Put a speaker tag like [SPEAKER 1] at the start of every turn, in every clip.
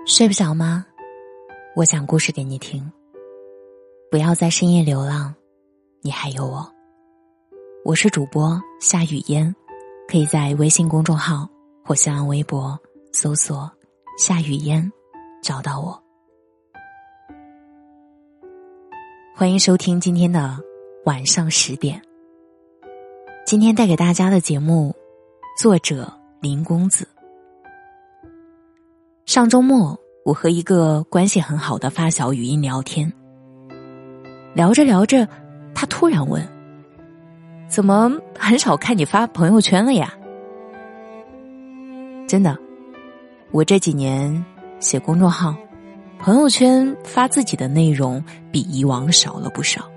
[SPEAKER 1] 睡不着吗？我讲故事给你听。不要在深夜流浪，你还有我。我是主播夏雨嫣，可以在微信公众号或新浪微博搜索夏雨嫣找到我。欢迎收听今天的晚上10点。今天带给大家的节目，作者林公子。上周末，我和一个关系很好的发小语音聊天，聊着聊着，他突然问：怎么很少看你发朋友圈了呀？真的，我这几年写公众号，朋友圈发自己的内容比以往少了不少。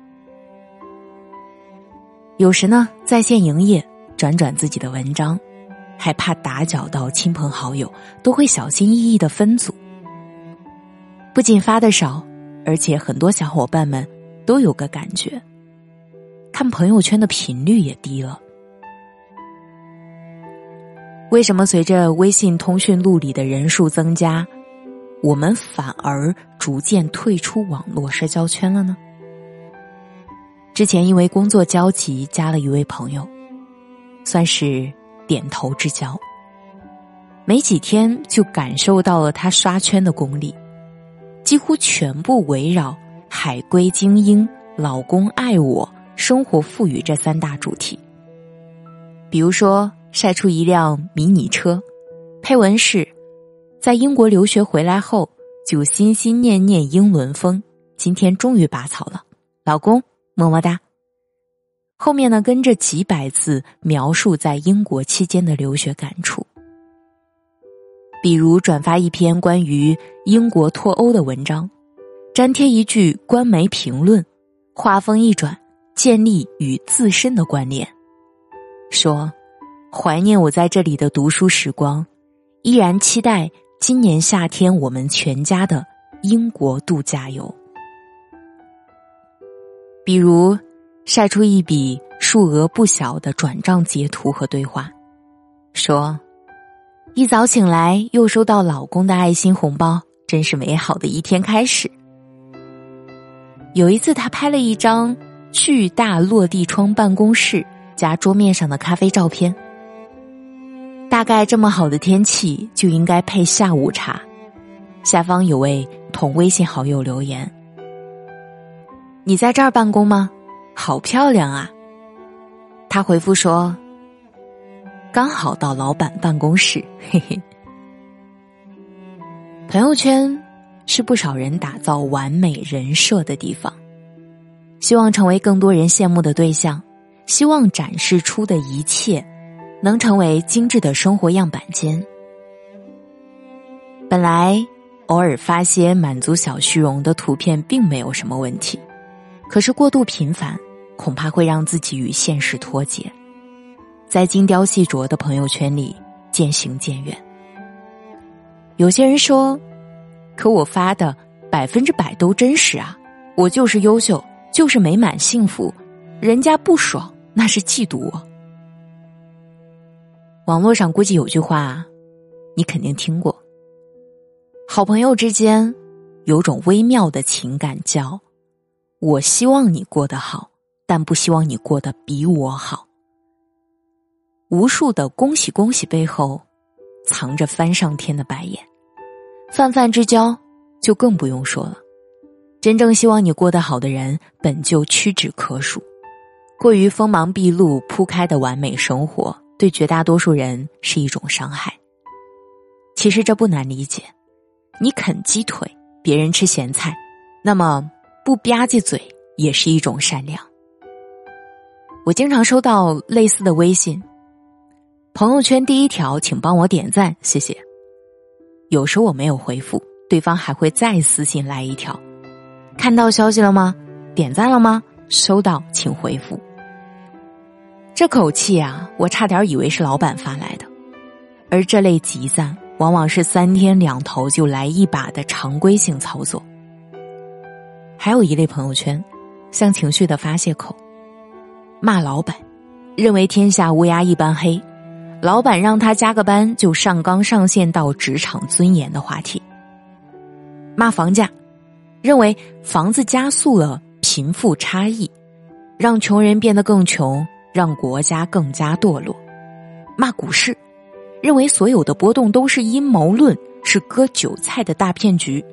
[SPEAKER 1] 有时呢，在线营业转自己的文章，还怕打搅到亲朋好友，都会小心翼翼地分组。不仅发得少，而且很多小伙伴们都有个感觉，看朋友圈的频率也低了。为什么随着微信通讯录里的人数增加，我们反而逐渐退出网络社交圈了呢？之前因为工作交集加了一位朋友，算是点头之交，没几天就感受到了他刷圈的功力，几乎全部围绕海归精英、老公爱我、生活富裕这3大主题。比如说晒出一辆迷你车，配文是在英国留学回来后就心心念念英伦风，今天终于拔草了，老公么么哒。后面呢，跟着几百字描述在英国期间的留学感触。比如转发一篇关于英国脱欧的文章，粘贴一句官媒评论，话锋一转，建立与自身的关联，说怀念我在这里的读书时光，依然期待今年夏天我们全家的英国度假游。比如晒出一笔数额不小的转账截图和对话，说一早醒来又收到老公的爱心红包，真是美好的一天开始。有一次他拍了一张巨大落地窗办公室加桌面上的咖啡照片，大概这么好的天气就应该配下午茶。下方有位同微信好友留言：你在这儿办公吗？好漂亮啊。他回复说刚好到老板办公室，嘿嘿。朋友圈是不少人打造完美人设的地方，希望成为更多人羡慕的对象，希望展示出的一切能成为精致的生活样板间。本来偶尔发些满足小虚荣的图片并没有什么问题，可是过度频繁恐怕会让自己与现实脱节，在精雕细琢的朋友圈里渐行渐远。有些人说，可我发的100%都真实啊，我就是优秀，就是美满幸福，人家不爽那是嫉妒我。网络上估计有句话你肯定听过，好朋友之间有种微妙的情感叫我希望你过得好，但不希望你过得比我好。无数的恭喜恭喜背后藏着翻上天的白眼，泛泛之交就更不用说了。真正希望你过得好的人本就屈指可数，过于锋芒毕露铺开的完美生活对绝大多数人是一种伤害。其实这不难理解，你啃鸡腿别人吃咸菜，那么不吧唧嘴也是一种善良。我经常收到类似的微信，朋友圈第一条请帮我点赞，谢谢。有时我没有回复，对方还会再私信来一条，看到消息了吗？点赞了吗？收到请回复。这口气啊，我差点以为是老板发来的。而这类集赞往往是3天2头就来一把的常规性操作。还有一类朋友圈像情绪的发泄口，骂老板，认为天下乌鸦一般黑，老板让他加个班就上纲上线到职场尊严的话题， 骂房价，认为房子加速了贫富差异，让穷人变得更穷，让国家更加堕落。骂股市，认为所有的波动都是阴谋论，是割韭菜的大骗局。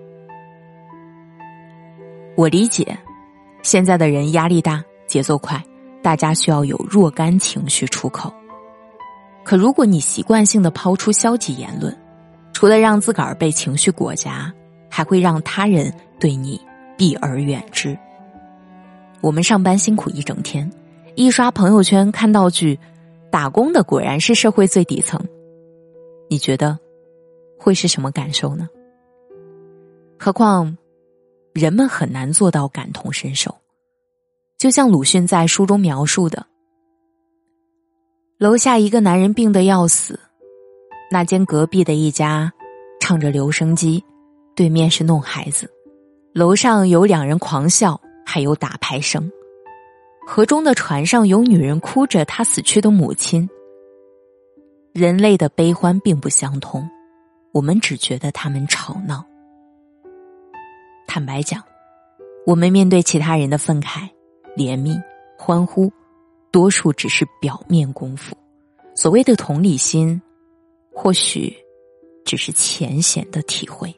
[SPEAKER 1] 我理解，现在的人压力大，节奏快，大家需要有若干情绪出口。可如果你习惯性地抛出消极言论，除了让自个儿被情绪裹挟，还会让他人对你避而远之。我们上班辛苦一整天，一刷朋友圈看到句打工的果然是社会最底层，你觉得会是什么感受呢？何况人们很难做到感同身受，就像鲁迅在书中描述的，楼下一个男人病得要死，那间隔壁的一家唱着留声机，对面是弄孩子，楼上有2人狂笑，还有打牌声，河中的船上有女人哭着她死去的母亲。人类的悲欢并不相同，我们只觉得他们吵闹。坦白讲，我们面对其他人的愤慨、怜悯、欢呼，多数只是表面功夫。所谓的同理心，或许只是浅显的体会。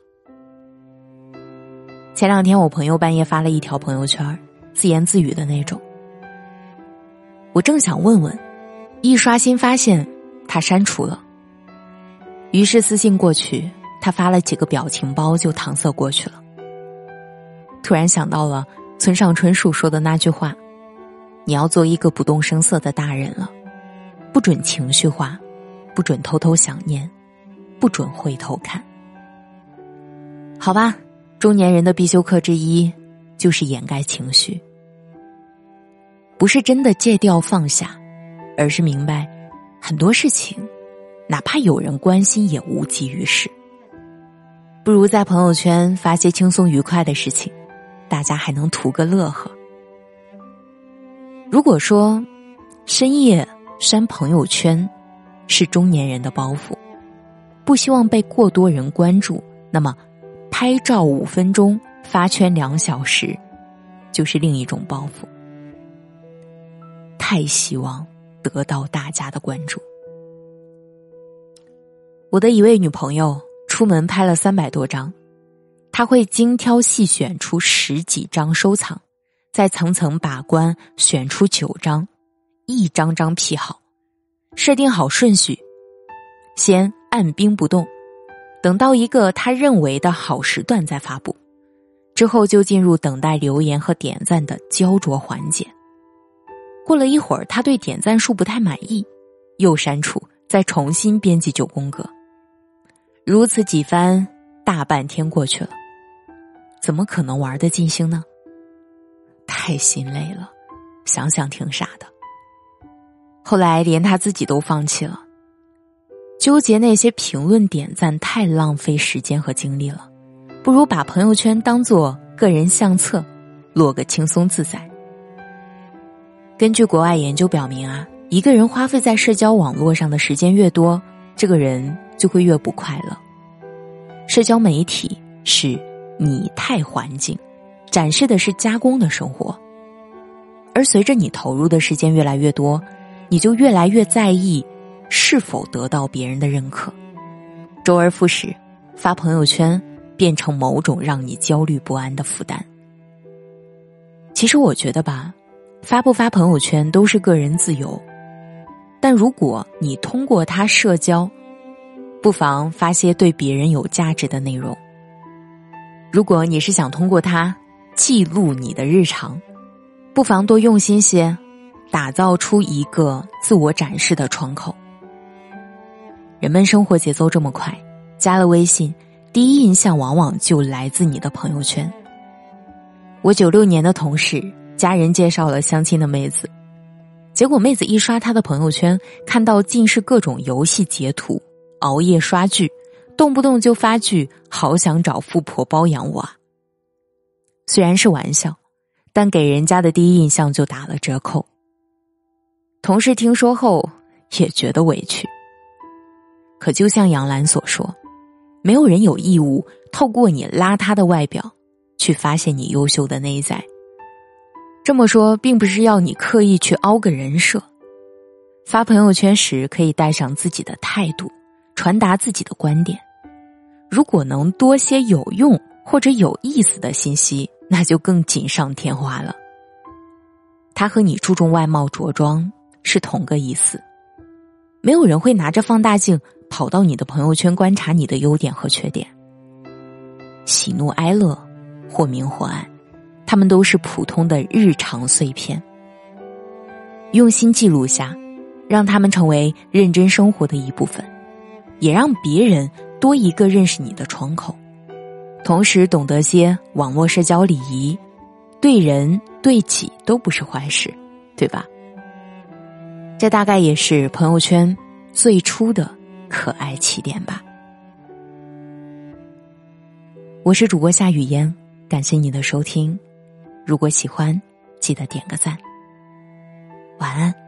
[SPEAKER 1] 前2天我朋友半夜发了一条朋友圈，自言自语的那种。我正想问问，一刷新发现他删除了，于是私信过去，他发了几个表情包就搪塞过去了。突然想到了村上春树说的那句话，你要做一个不动声色的大人了，不准情绪化，不准偷偷想念，不准回头看。好吧，中年人的必修课之一就是掩盖情绪，不是真的戒掉放下，而是明白很多事情哪怕有人关心也无济于事。不如在朋友圈发些轻松愉快的事情，大家还能图个乐呵。如果说深夜删朋友圈是中年人的包袱，不希望被过多人关注，那么拍照5分钟，发圈2小时，就是另一种包袱。太希望得到大家的关注。我的一位女朋友出门拍了300多张，她会精挑细选出10几张收藏，再层层把关选出9张，一张张 P 好，设定好顺序，先按兵不动，等到一个她认为的好时段再发布，之后就进入等待留言和点赞的焦灼环节。过了一会儿，她对点赞数不太满意，又删除，再重新编辑9宫格。如此几番，大半天过去了，怎么可能玩得尽兴呢？太心累了，想想挺傻的。后来连他自己都放弃了，纠结那些评论点赞太浪费时间和精力了，不如把朋友圈当作个人相册，落个轻松自在。根据国外研究表明啊，一个人花费在社交网络上的时间越多，这个人就会越不快乐。社交媒体是拟态环境，展示的是加工的生活，而随着你投入的时间越来越多，你就越来越在意是否得到别人的认可，周而复始，发朋友圈变成某种让你焦虑不安的负担。其实我觉得吧，发不发朋友圈都是个人自由，但如果你通过它社交，不妨发些对别人有价值的内容。如果你是想通过它记录你的日常，不妨多用心些，打造出一个自我展示的窗口。人们生活节奏这么快，加了微信，第一印象往往就来自你的朋友圈。我96年的同事，家人介绍了相亲的妹子，结果妹子一刷她的朋友圈，看到尽是各种游戏截图，熬夜刷剧，动不动就发句好想找富婆包养我啊。虽然是玩笑，但给人家的第一印象就打了折扣。同事听说后也觉得委屈。可就像杨澜所说，没有人有义务透过你邋遢的外表去发现你优秀的内在。这么说并不是要你刻意去凹个人设，发朋友圈时可以带上自己的态度，传达自己的观点。如果能多些有用或者有意思的信息，那就更锦上添花了。它和你注重外貌着装是同个意思。没有人会拿着放大镜跑到你的朋友圈观察你的优点和缺点。喜怒哀乐，或明或暗，它们都是普通的日常碎片。用心记录下，让它们成为认真生活的一部分，也让别人多一个认识你的窗口。同时懂得些网络社交礼仪，对人对己都不是坏事，对吧？这大概也是朋友圈最初的可爱起点吧。我是主播夏雨嫣，感谢你的收听。如果喜欢，记得点个赞。晚安。